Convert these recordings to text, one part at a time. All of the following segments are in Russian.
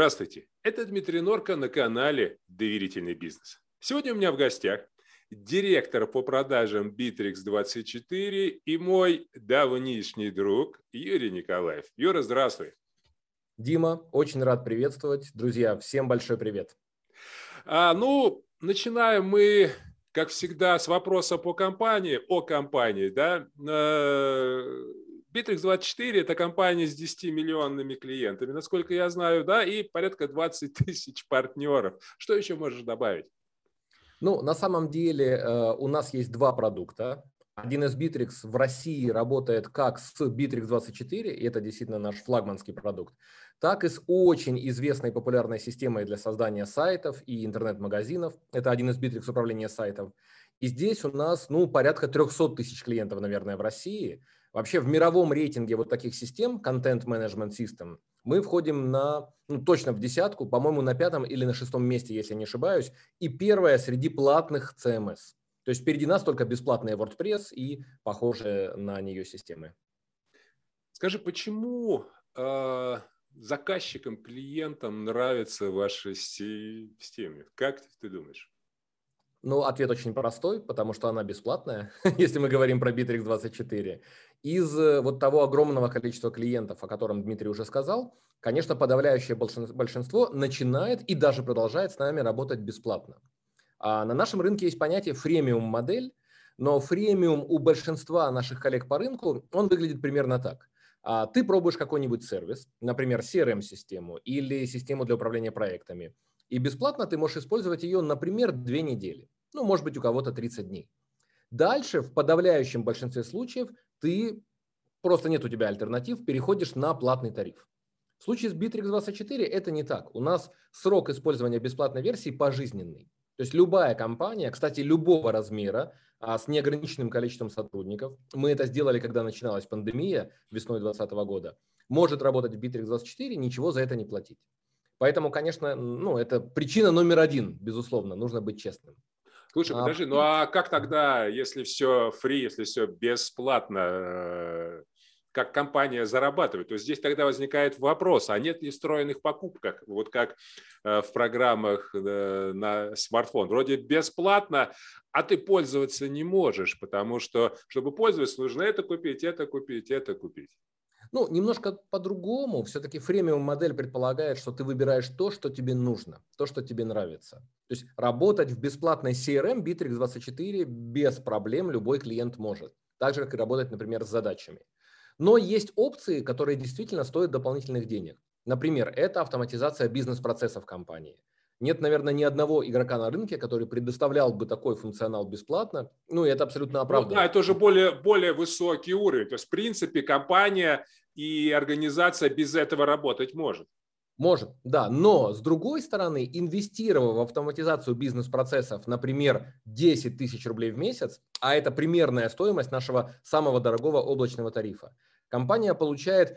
Здравствуйте, это Дмитрий Норко на канале «Доверительный бизнес». Сегодня у меня в гостях директор по продажам Bittrex24 и мой давнишний друг Юрий Николаев. Юра, здравствуй. Дима, очень рад приветствовать. Друзья, всем большой привет. Начинаем мы, как всегда, с вопроса о компании, да. Bittrex24 – это компания с 10-миллионными клиентами, насколько я знаю, да, и порядка 20 тысяч партнеров. Что еще можешь добавить? На самом деле у нас есть два продукта. Один из Bittrex в России работает как с Bittrex24, и это действительно наш флагманский продукт, так и с очень известной и популярной системой для создания сайтов и интернет-магазинов. Это один из Bittrex управления сайтов. И здесь у нас порядка 300 тысяч клиентов, наверное, в России. Вообще в мировом рейтинге вот таких систем, Content Management System, мы входим точно в десятку, по-моему, на 5-м или на 6-м месте, если не ошибаюсь, и первая среди платных CMS. То есть впереди нас только бесплатные WordPress и похожие на нее системы. Скажи, почему заказчикам, клиентам нравится ваша система? Как ты думаешь? Ответ очень простой, потому что она бесплатная, если мы говорим про Bittrex24. Из вот того огромного количества клиентов, о котором Дмитрий уже сказал, конечно, подавляющее большинство начинает и даже продолжает с нами работать бесплатно. А на нашем рынке есть понятие фремиум-модель, но фремиум у большинства наших коллег по рынку, он выглядит примерно так. Ты пробуешь какой-нибудь сервис, например, CRM-систему или систему для управления проектами, и бесплатно ты можешь использовать ее, например, 2 недели. Может быть, у кого-то 30 дней. Дальше, в подавляющем большинстве случаев, просто нет у тебя альтернатив, переходишь на платный тариф. В случае с Bittrex24 это не так. У нас срок использования бесплатной версии пожизненный. То есть любая компания, кстати, любого размера, с неограниченным количеством сотрудников, мы это сделали, когда начиналась пандемия весной 2020 года, может работать в Bittrex24, ничего за это не платить. Поэтому, конечно, это причина номер один, безусловно, нужно быть честным. Слушай, подожди, как тогда, если все free, если все бесплатно, как компания зарабатывает? То есть здесь тогда возникает вопрос, а нет ли встроенных покупок, вот как в программах на смартфон? Вроде бесплатно, а ты пользоваться не можешь, потому что, чтобы пользоваться, нужно это купить, это купить, это купить. Немножко по-другому. Все-таки фремиум-модель предполагает, что ты выбираешь то, что тебе нужно, то, что тебе нравится. То есть работать в бесплатной CRM Bittrex24 без проблем любой клиент может. Так же, как и работать, например, с задачами. Но есть опции, которые действительно стоят дополнительных денег. Например, это автоматизация бизнес-процессов компании. Нет, наверное, ни одного игрока на рынке, который предоставлял бы такой функционал бесплатно. И это абсолютно оправдано. Да, это уже более высокий уровень. То есть, в принципе, компания и организация без этого работать может. Может, да. Но, с другой стороны, инвестировав в автоматизацию бизнес-процессов, например, 10 тысяч рублей в месяц, а это примерная стоимость нашего самого дорогого облачного тарифа, компания получает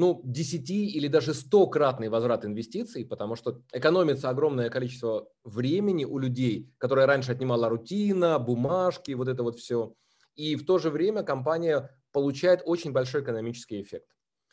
10 или даже 100-кратный возврат инвестиций, потому что экономится огромное количество времени у людей, которое раньше отнимала рутина, бумажки, вот это вот все. И в то же время компания получает очень большой экономический эффект.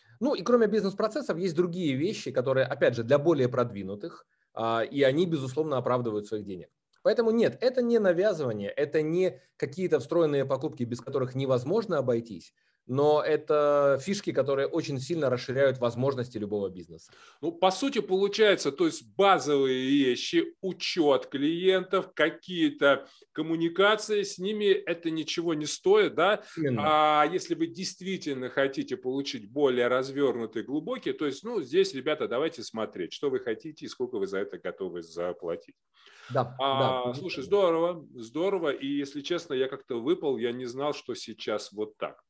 И кроме бизнес-процессов есть другие вещи, которые, опять же, для более продвинутых, и они, безусловно, оправдывают своих денег. Поэтому нет, это не навязывание, это не какие-то встроенные покупки, без которых невозможно обойтись, но это фишки, которые очень сильно расширяют возможности любого бизнеса. По сути, получается, то есть базовые вещи, учет клиентов, какие-то коммуникации, с ними это ничего не стоит, да? Именно. А если вы действительно хотите получить более развернутый, глубокий, то есть, здесь, ребята, давайте смотреть, что вы хотите и сколько вы за это готовы заплатить. Да. Слушай, здорово. И, если честно, я как-то выпал, я не знал, что сейчас вот так.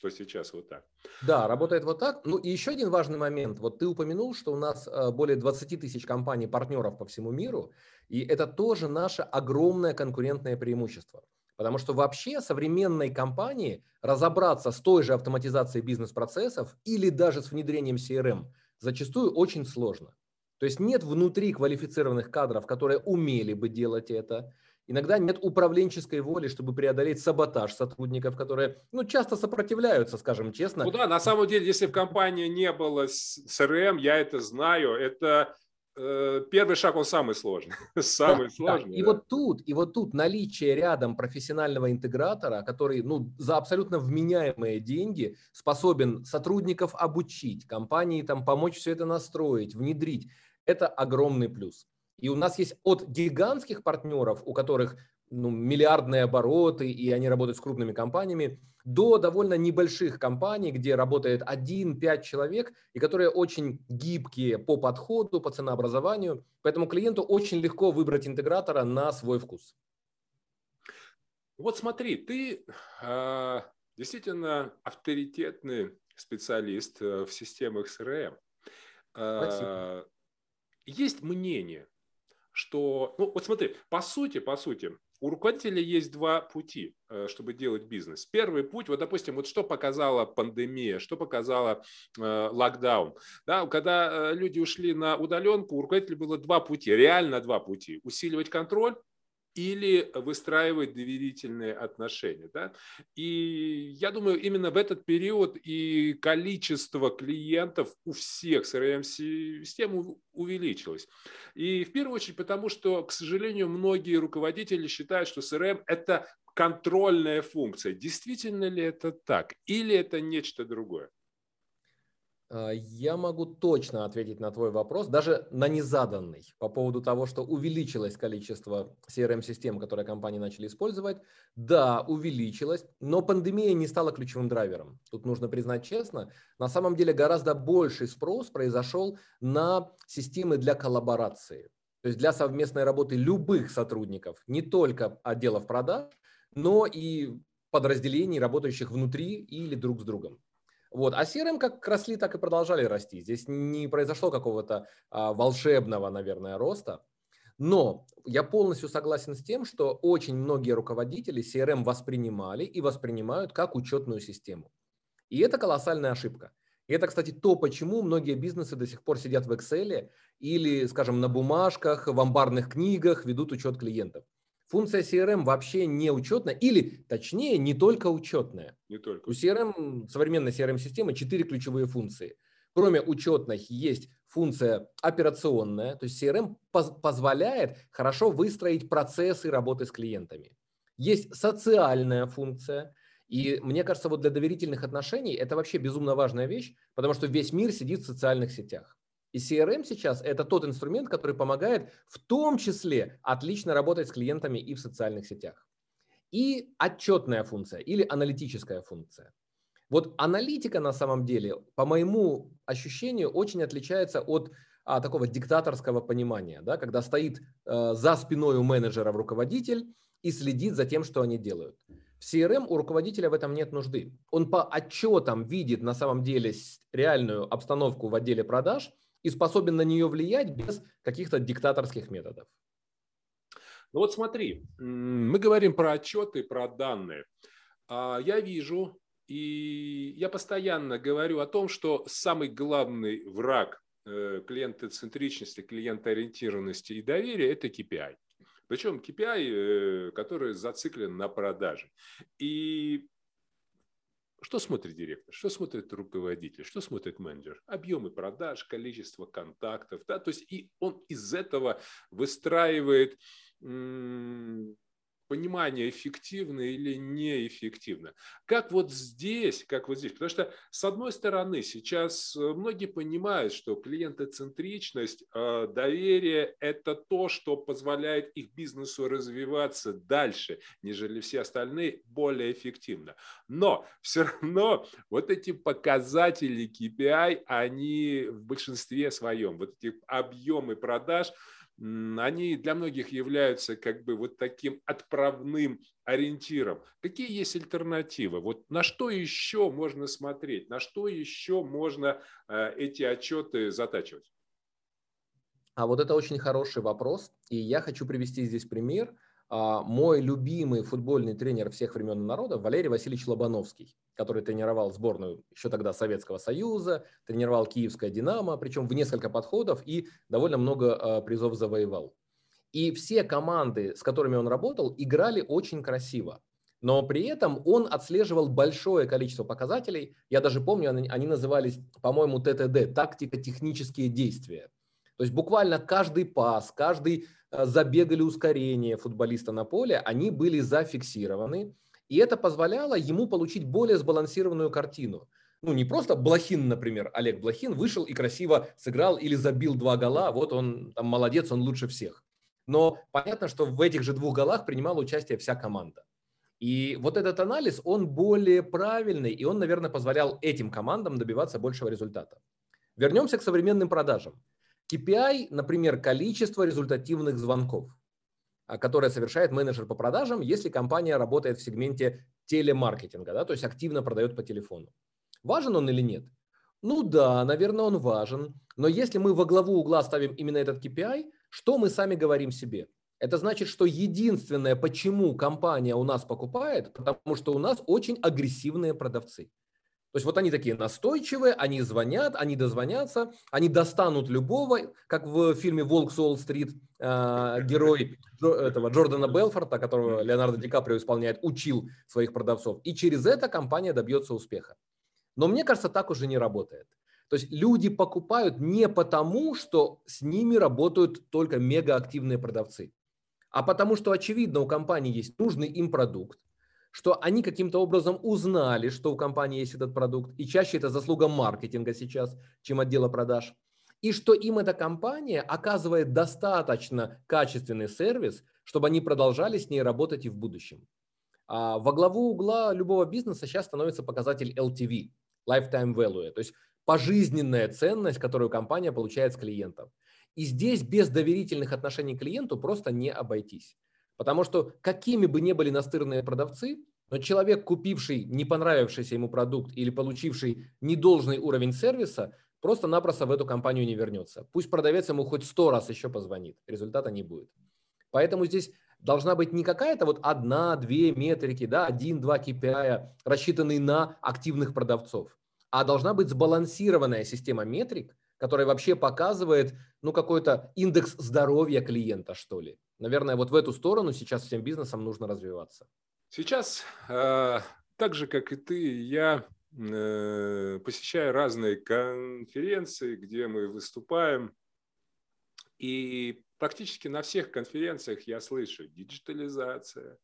Да, работает вот так. И еще один важный момент. Вот ты упомянул, что у нас более 20 тысяч компаний-партнеров по всему миру, и это тоже наше огромное конкурентное преимущество. Потому что вообще современной компании разобраться с той же автоматизацией бизнес-процессов или даже с внедрением CRM зачастую очень сложно. То есть нет внутри квалифицированных кадров, которые умели бы делать это. Иногда нет управленческой воли, чтобы преодолеть саботаж сотрудников, которые часто сопротивляются, скажем честно. На самом деле, если в компании не было CRM, я это знаю, это первый шаг, он самый сложный. Самый сложный, И вот тут наличие рядом профессионального интегратора, который за абсолютно вменяемые деньги способен сотрудников обучить, компании там помочь все это настроить, внедрить, это огромный плюс. И у нас есть от гигантских партнеров, у которых миллиардные обороты, и они работают с крупными компаниями, до довольно небольших компаний, где работает 1-5 человек, и которые очень гибкие по подходу, по ценообразованию. Поэтому клиенту очень легко выбрать интегратора на свой вкус. Вот смотри, ты действительно авторитетный специалист в системах CRM. Спасибо. Есть мнение, что, вот смотри, по сути, у руководителя есть два пути, чтобы делать бизнес. Первый путь, вот допустим, вот что показала пандемия, что показала локдаун. Да, когда люди ушли на удаленку, у руководителя было два пути, реально два пути. Усиливать контроль или выстраивать доверительные отношения. Да? И я думаю, именно в этот период и количество клиентов у всех CRM-систем увеличилось. И в первую очередь потому, что, к сожалению, многие руководители считают, что CRM – это контрольная функция. Действительно ли это так? Или это нечто другое? Я могу точно ответить на твой вопрос, даже на незаданный, по поводу того, что увеличилось количество CRM-систем, которые компании начали использовать. Да, увеличилось, но пандемия не стала ключевым драйвером. Тут нужно признать честно, на самом деле гораздо больший спрос произошел на системы для коллаборации, то есть для совместной работы любых сотрудников, не только отделов продаж, но и подразделений, работающих внутри или друг с другом. Вот. А CRM как росли, так и продолжали расти. Здесь не произошло какого-то волшебного, наверное, роста. Но я полностью согласен с тем, что очень многие руководители CRM воспринимали и воспринимают как учетную систему. И это колоссальная ошибка. И это, кстати, то, почему многие бизнесы до сих пор сидят в Excel или, скажем, на бумажках, в амбарных книгах ведут учет клиентов. Функция CRM вообще не учетная, или, точнее, не только учетная. Не только. У CRM, современной CRM-системы 4 ключевые функции. Кроме учетных есть функция операционная, то есть CRM позволяет хорошо выстроить процессы работы с клиентами. Есть социальная функция, и мне кажется, вот для доверительных отношений это вообще безумно важная вещь, потому что весь мир сидит в социальных сетях. И CRM сейчас – это тот инструмент, который помогает в том числе отлично работать с клиентами и в социальных сетях. И отчетная функция или аналитическая функция. Вот аналитика на самом деле, по моему ощущению, очень отличается от такого диктаторского понимания, да, когда стоит за спиной у менеджера руководитель и следит за тем, что они делают. В CRM у руководителя в этом нет нужды. Он по отчетам видит на самом деле реальную обстановку в отделе продаж и способен на нее влиять без каких-то диктаторских методов. Ну вот смотри, мы говорим про отчеты, про данные. Я вижу, и я постоянно говорю о том, что самый главный враг клиентоцентричности, клиентоориентированности и доверия – это KPI. Причем KPI, который зациклен на продаже. И что смотрит директор, что смотрит руководитель, что смотрит менеджер? Объемы продаж, количество контактов. Да? То есть и он из этого выстраивает понимание, эффективно или неэффективно. Как вот здесь. Потому что, с одной стороны, сейчас многие понимают, что клиентоцентричность, доверие – это то, что позволяет их бизнесу развиваться дальше, нежели все остальные, более эффективно. Но все равно вот эти показатели KPI, они в большинстве своем, вот эти объемы продаж, они для многих являются как бы вот таким отправным ориентиром. Какие есть альтернативы? Вот на что еще можно смотреть? На что еще можно эти отчеты затачивать? А вот это очень хороший вопрос. И я хочу привести здесь пример. Мой любимый футбольный тренер всех времен и народов Валерий Васильевич Лобановский, который тренировал сборную еще тогда Советского Союза, тренировал Киевское «Динамо», причем в несколько подходов и довольно много призов завоевал. И все команды, с которыми он работал, играли очень красиво. Но при этом он отслеживал большое количество показателей. Я даже помню, они назывались, по-моему, ТТД – тактико-технические действия. То есть буквально каждый пас, каждый забег или ускорение футболиста на поле, они были зафиксированы. И это позволяло ему получить более сбалансированную картину. Ну, не просто Блохин, например, Олег Блохин вышел и красиво сыграл или забил 2 гола, вот он там молодец, он лучше всех. Но понятно, что в этих же 2 голах принимала участие вся команда. И вот этот анализ, он более правильный, и он, наверное, позволял этим командам добиваться большего результата. Вернемся к современным продажам. KPI, например, количество результативных звонков, которое совершает менеджер по продажам, если компания работает в сегменте телемаркетинга, да, то есть активно продает по телефону. Важен он или нет? Ну да, наверное, он важен. Но если мы во главу угла ставим именно этот KPI, что мы сами говорим себе? Это значит, что единственное, почему компания у нас покупает, потому что у нас очень агрессивные продавцы. То есть вот они такие настойчивые, они звонят, они дозвонятся, они достанут любого, как в фильме «Волк с Уолл-стрит», герой этого Джордана Белфорта, которого Леонардо Ди Каприо исполняет, учил своих продавцов. И через это компания добьется успеха. Но мне кажется, так уже не работает. То есть люди покупают не потому, что с ними работают только мегаактивные продавцы, а потому что, очевидно, у компании есть нужный им продукт, что они каким-то образом узнали, что у компании есть этот продукт, и чаще это заслуга маркетинга сейчас, чем отдела продаж, и что им эта компания оказывает достаточно качественный сервис, чтобы они продолжали с ней работать и в будущем. А во главу угла любого бизнеса сейчас становится показатель LTV, Lifetime Value, то есть пожизненная ценность, которую компания получает с клиентов. И здесь без доверительных отношений к клиенту просто не обойтись. Потому что какими бы ни были настырные продавцы, но человек, купивший не понравившийся ему продукт или получивший недолжный уровень сервиса, просто-напросто в эту компанию не вернется. Пусть продавец ему хоть 100 раз еще позвонит, результата не будет. Поэтому здесь должна быть не какая-то вот 1-2 метрики, да, 1-2 KPI, рассчитанные на активных продавцов, а должна быть сбалансированная система метрик, которая вообще показывает, ну, какой-то индекс здоровья клиента, что ли. Наверное, вот в эту сторону сейчас всем бизнесам нужно развиваться. Сейчас, так же, как и ты, я посещаю разные конференции, где мы выступаем, и практически на всех конференциях я слышу диджитализация,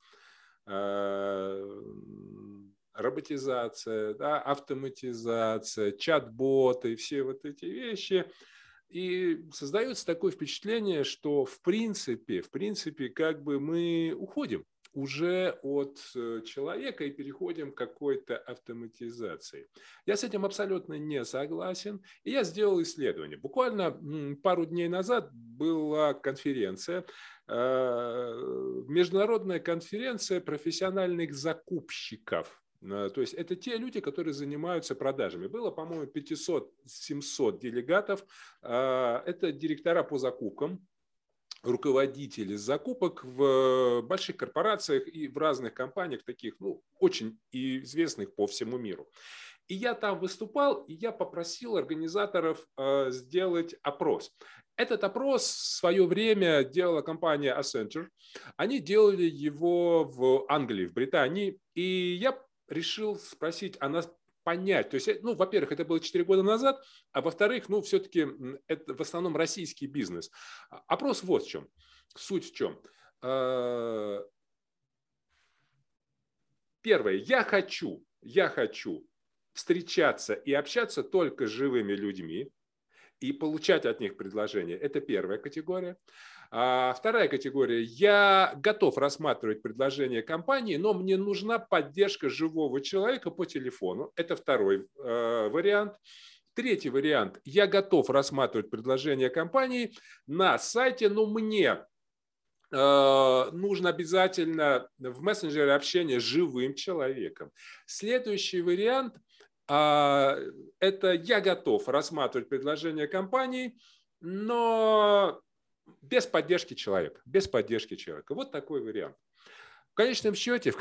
роботизация, да, автоматизация, чат-боты, все вот эти вещи. И создается такое впечатление, что в принципе, как бы мы уходим уже от человека и переходим к какой-то автоматизации. Я с этим абсолютно не согласен. И я сделал исследование. Буквально пару дней назад была конференция, международная конференция профессиональных закупщиков. То есть это те люди, которые занимаются продажами. Было, по-моему, 500-700 делегатов. Это директора по закупкам, руководители закупок в больших корпорациях и в разных компаниях, таких, ну, очень известных по всему миру. И я там выступал, и я попросил организаторов сделать опрос. Этот опрос в свое время делала компания Accenture. Они делали его в Англии, в Британии. И я решил спросить, понять. То есть, ну, во-первых, это было 4 года назад, а во-вторых, ну, все-таки это в основном российский бизнес. Опрос вот в чем. Суть в чем. Первое. Я хочу встречаться и общаться только с живыми людьми и получать от них предложения. Это первая категория. А вторая категория. Я готов рассматривать предложение компании, но мне нужна поддержка живого человека по телефону. Это второй вариант. Третий вариант. Я готов рассматривать предложение компании на сайте, но мне нужно обязательно в мессенджере общение с живым человеком. Следующий вариант – это я готов рассматривать предложение компании, но без поддержки человека. Без поддержки человека. Вот такой вариант. В конечном счете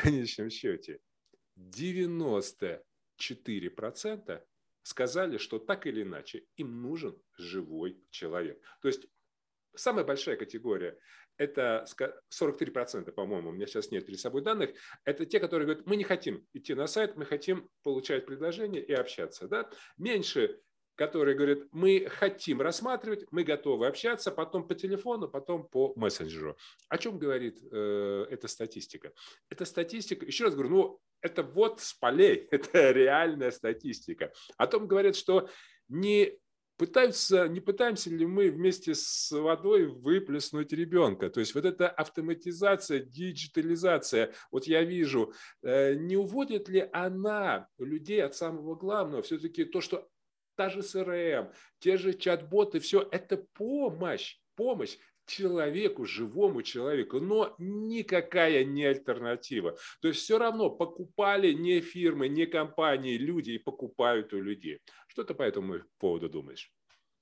94% сказали, что так или иначе им нужен живой человек. То есть самая большая категория – это 43%, по-моему, у меня сейчас нет перед собой данных, это те, которые говорят, мы не хотим идти на сайт, мы хотим получать предложения и общаться. Да? Меньше которые говорят, мы хотим рассматривать, мы готовы общаться, потом по телефону, потом по мессенджеру. О чем говорит эта статистика? Эта статистика, еще раз говорю, ну, это вот с полей, это реальная статистика. О том говорят, что не пытаемся ли мы вместе с водой выплеснуть ребенка. То есть вот эта автоматизация, диджитализация, вот я вижу, не уводит ли она людей от самого главного, все-таки то, что та же СРМ, те же чат-боты, все это помощь человеку, живому человеку, но никакая не альтернатива. То есть все равно покупали не фирмы, не компании, люди и покупают у людей. Что ты по этому поводу думаешь?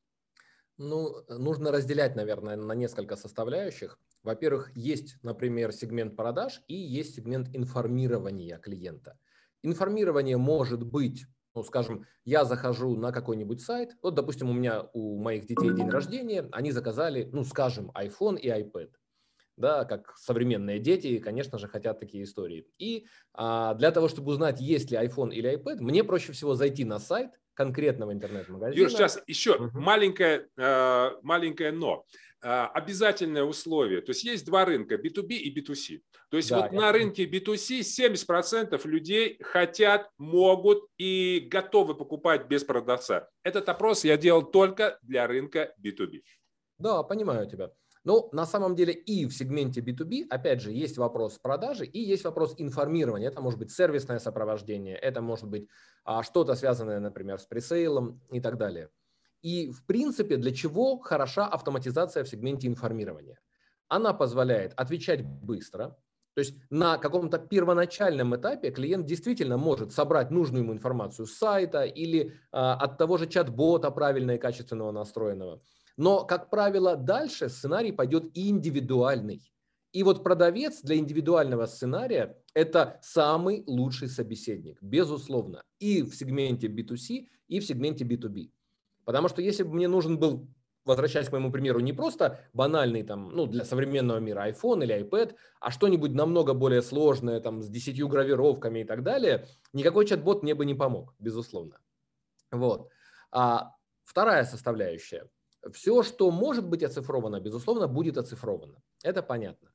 Ну, нужно разделять, наверное, на несколько составляющих. Во-первых, есть, например, сегмент продаж и есть сегмент информирования клиента. Информирование может быть, ну, скажем, я захожу на какой-нибудь сайт, вот, допустим, у моих детей день рождения, они заказали, ну, скажем, iPhone и iPad. Да, как современные дети, конечно же, хотят такие истории. И для того, чтобы узнать, есть ли iPhone или iPad, мне проще всего зайти на сайт конкретного интернет-магазина. Юр, сейчас еще маленькое но. Обязательное условие. То есть есть два рынка, B2B и B2C. То есть да, вот на рынке B2C 70% людей хотят, могут и готовы покупать без продавца. Этот опрос я делал только для рынка B2B. Да, понимаю тебя. Но на самом деле и в сегменте B2B, опять же, есть вопрос продажи и есть вопрос информирования. Это может быть сервисное сопровождение, это может быть что-то связанное, например, с пресейлом и так далее. И в принципе, для чего хороша автоматизация в сегменте информирования? Она позволяет отвечать быстро. То есть на каком-то первоначальном этапе клиент действительно может собрать нужную ему информацию с сайта или от того же чат-бота правильно и качественного настроенного. Но, как правило, дальше сценарий пойдет индивидуальный. И вот продавец для индивидуального сценария – это самый лучший собеседник, безусловно, и в сегменте B2C, и в сегменте B2B. Потому что если бы мне нужен был, возвращаясь к моему примеру, не просто банальный там, ну, для современного мира iPhone или iPad, а что-нибудь намного более сложное, там, с 10 гравировками и так далее, никакой чат-бот мне бы не помог, безусловно. Вот. Вторая составляющая. Все, что может быть оцифровано, безусловно, будет оцифровано. Это понятно.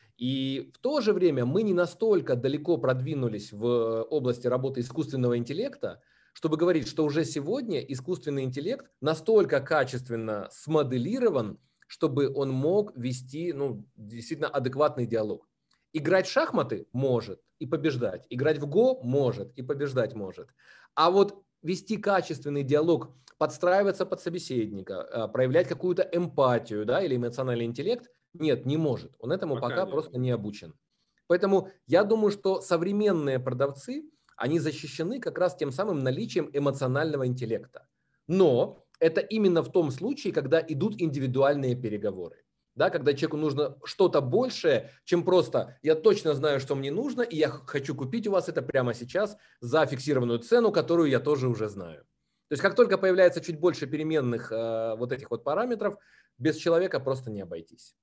И в то же время мы не настолько далеко продвинулись в области работы искусственного интеллекта, чтобы говорить, что уже сегодня искусственный интеллект настолько качественно смоделирован, чтобы он мог вести, ну, действительно адекватный диалог. Играть в шахматы может и побеждать. Играть в Го может и побеждать может. А вот вести качественный диалог, подстраиваться под собеседника, проявлять какую-то эмпатию, да, или эмоциональный интеллект, нет, не может. Он этому пока просто не обучен. Поэтому я думаю, что современные продавцы, они защищены как раз тем самым наличием эмоционального интеллекта. Но это именно в том случае, когда идут индивидуальные переговоры. Да, когда человеку нужно что-то большее, чем просто «я точно знаю, что мне нужно, и я хочу купить у вас это прямо сейчас за фиксированную цену, которую я тоже уже знаю». То есть как только появляется чуть больше переменных вот этих вот параметров, без человека просто не обойтись.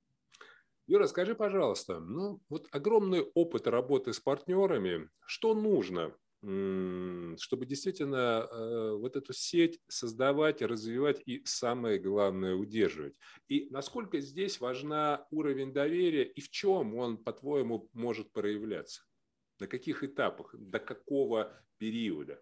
Юра, скажи, пожалуйста, ну вот огромный опыт работы с партнерами, что нужно, чтобы действительно вот эту сеть создавать, развивать и, самое главное, удерживать? И насколько здесь важна уровень доверия и в чем он, по-твоему, может проявляться? На каких этапах, до какого периода?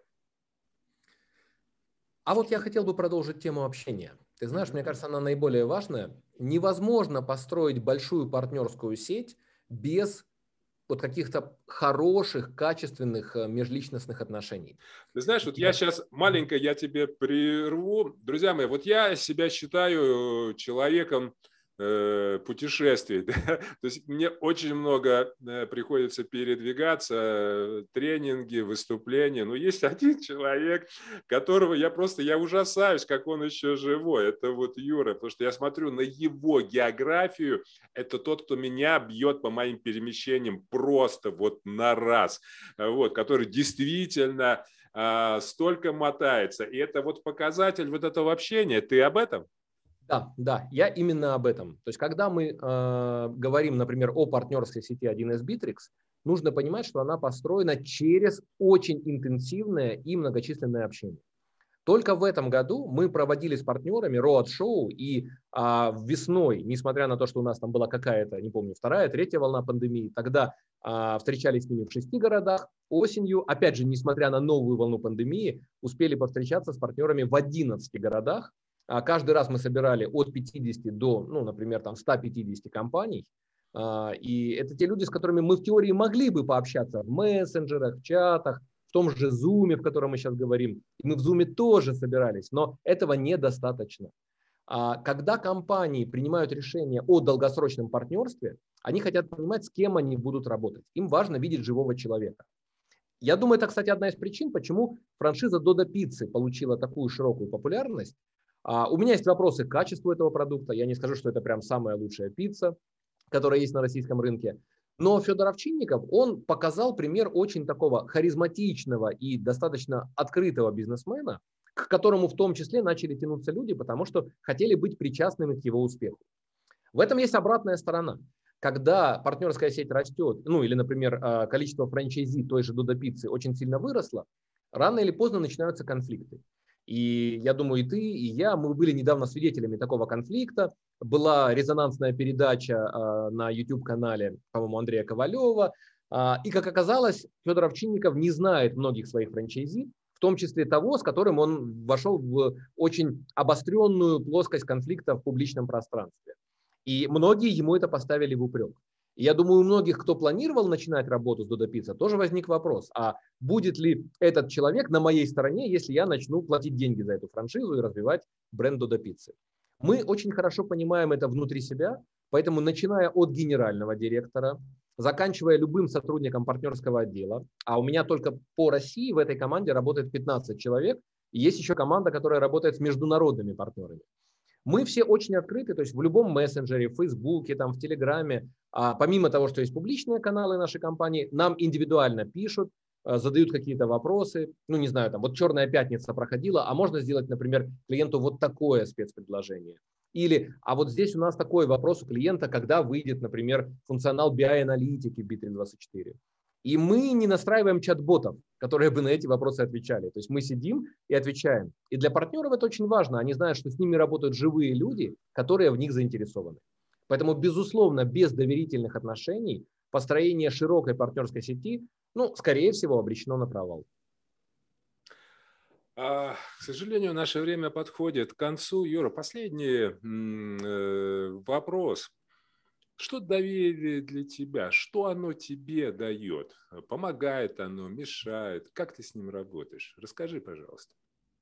А вот я хотел бы продолжить тему общения. Ты знаешь, мне кажется, она наиболее важная. Невозможно построить большую партнерскую сеть без вот каких-то хороших, качественных межличностных отношений. Ты знаешь, вот я сейчас маленько я тебе прерву. Друзья мои, вот я себя считаю человеком путешествий. Да? То есть мне очень много приходится передвигаться, тренинги, выступления. Но есть один человек, которого я ужасаюсь, как он еще живой. Это вот Юра, потому что я смотрю на его географию. Это тот, кто меня бьет по моим перемещениям просто вот на раз. Вот, который действительно столько мотается. И это вот показатель вот этого общения. Ты об этом? Да, я именно об этом. То есть, когда мы говорим, например, о партнерской сети 1С Bittrex, нужно понимать, что она построена через очень интенсивное и многочисленное общение. Только в этом году мы проводили с партнерами роад-шоу, и весной, несмотря на то, что у нас там была какая-то, не помню, вторая, третья волна пандемии, тогда встречались с ними в 6 городах, осенью, опять же, несмотря на новую волну пандемии, успели повстречаться с партнерами в 11 городах. Каждый раз мы собирали от 50 до, например, там 150 компаний. И это те люди, с которыми мы в теории могли бы пообщаться в мессенджерах, в чатах, в том же Zoom, в котором мы сейчас говорим. И мы в Zoom тоже собирались, но этого недостаточно. Когда компании принимают решение о долгосрочном партнерстве, они хотят понимать, с кем они будут работать. Им важно видеть живого человека. Я думаю, это, кстати, одна из причин, почему франшиза Додо Пиццы получила такую широкую популярность. У меня есть вопросы к качеству этого продукта. Я не скажу, что это прям самая лучшая пицца, которая есть на российском рынке. Но Федор Овчинников, он показал пример очень такого харизматичного и достаточно открытого бизнесмена, к которому в том числе начали тянуться люди, потому что хотели быть причастными к его успеху. В этом есть обратная сторона. Когда партнерская сеть растет, или, например, количество франчайзи той же Додо Пиццы очень сильно выросло, рано или поздно начинаются конфликты. И я думаю, и ты, и я, мы были недавно свидетелями такого конфликта. Была резонансная передача на YouTube-канале, по-моему, Андрея Ковалева. И, как оказалось, Федор Овчинников не знает многих своих франчайзи, в том числе того, с которым он вошел в очень обостренную плоскость конфликта в публичном пространстве. И многие ему это поставили в упрек. И я думаю, у многих, кто планировал начинать работу с Додо Пицца, тоже возник вопрос, а будет ли этот человек на моей стороне, если я начну платить деньги за эту франшизу и развивать бренд Додо Пиццы. Мы очень хорошо понимаем это внутри себя, поэтому начиная от генерального директора, заканчивая любым сотрудником партнерского отдела, а у меня только по России в этой команде работает 15 человек, и есть еще команда, которая работает с международными партнерами. Мы все очень открыты, то есть в любом мессенджере, в Фейсбуке, там, в Телеграме, помимо того, что есть публичные каналы нашей компании, нам индивидуально пишут, задают какие-то вопросы, не знаю, там, вот «Черная пятница» проходила, а можно сделать, например, клиенту вот такое спецпредложение. Или, а вот здесь у нас такой вопрос у клиента, когда выйдет, например, функционал BI-аналитики в Bittrex24. И мы не настраиваем чат-ботов, которые бы на эти вопросы отвечали. То есть мы сидим и отвечаем. И для партнеров это очень важно. Они знают, что с ними работают живые люди, которые в них заинтересованы. Поэтому, безусловно, без доверительных отношений построение широкой партнерской сети, скорее всего, обречено на провал. К сожалению, наше время подходит к концу. Юра, последний вопрос. Что доверие для тебя? Что оно тебе дает? Помогает оно, мешает? Как ты с ним работаешь? Расскажи, пожалуйста.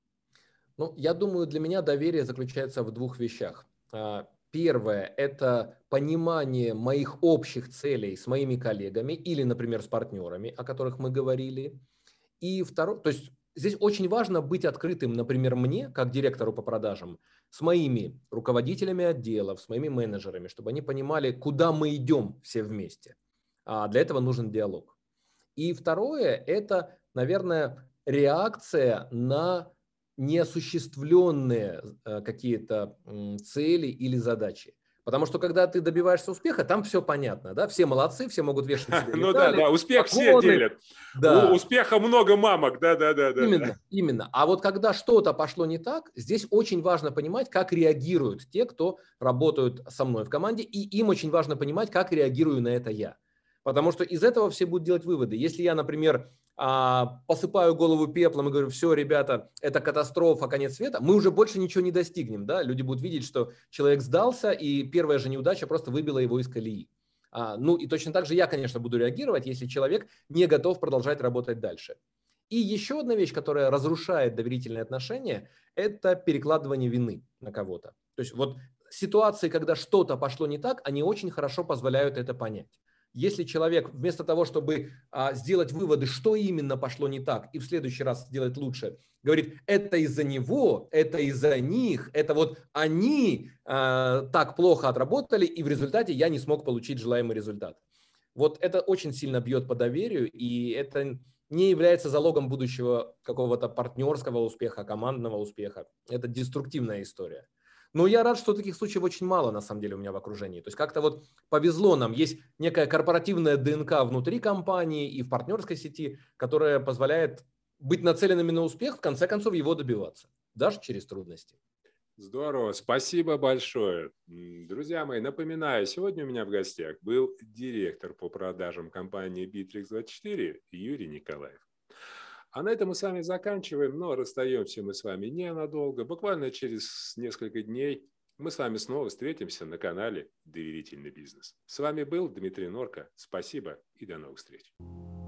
Я думаю, для меня доверие заключается в двух вещах. Первое – это понимание моих общих целей с моими коллегами или, например, с партнерами, о которых мы говорили. И второе, то есть здесь очень важно быть открытым, например, мне, как директору по продажам, с моими руководителями отделов, с моими менеджерами, чтобы они понимали, куда мы идем все вместе. Для этого нужен диалог. И второе – это, наверное, реакция на неосуществленные какие-то цели или задачи. Потому что когда ты добиваешься успеха, там все понятно, да, все молодцы, все могут вешать себе медали. Да, успех все делят. Да. У успеха много мамок, да. Именно. А вот когда что-то пошло не так, здесь очень важно понимать, как реагируют те, кто работают со мной в команде, и им очень важно понимать, как реагирую на это я. Потому что из этого все будут делать выводы. Если я, например, посыпаю голову пеплом и говорю, все, ребята, это катастрофа, конец света, мы уже больше ничего не достигнем. Да? Люди будут видеть, что человек сдался, и первая же неудача просто выбила его из колеи. И точно так же я, конечно, буду реагировать, если человек не готов продолжать работать дальше. И еще одна вещь, которая разрушает доверительные отношения, это перекладывание вины на кого-то. То есть вот ситуации, когда что-то пошло не так, они очень хорошо позволяют это понять. Если человек вместо того, чтобы сделать выводы, что именно пошло не так, и в следующий раз сделать лучше, говорит, это из-за него, это из-за них, это вот они так плохо отработали, и в результате я не смог получить желаемый результат. Вот это очень сильно бьет по доверию, и это не является залогом будущего какого-то партнерского успеха, командного успеха. Это деструктивная история. Но я рад, что таких случаев очень мало, на самом деле, у меня в окружении. То есть как-то вот повезло нам. Есть некая корпоративная ДНК внутри компании и в партнерской сети, которая позволяет быть нацеленными на успех, в конце концов его добиваться, даже через трудности. Здорово, спасибо большое. Друзья мои, напоминаю, сегодня у меня в гостях был директор по продажам компании Bittrex24 Юрий Николаев. А на этом мы с вами заканчиваем, но расстаемся мы с вами ненадолго. Буквально через несколько дней мы с вами снова встретимся на канале «Доверительный бизнес». С вами был Дмитрий Норко. Спасибо и до новых встреч.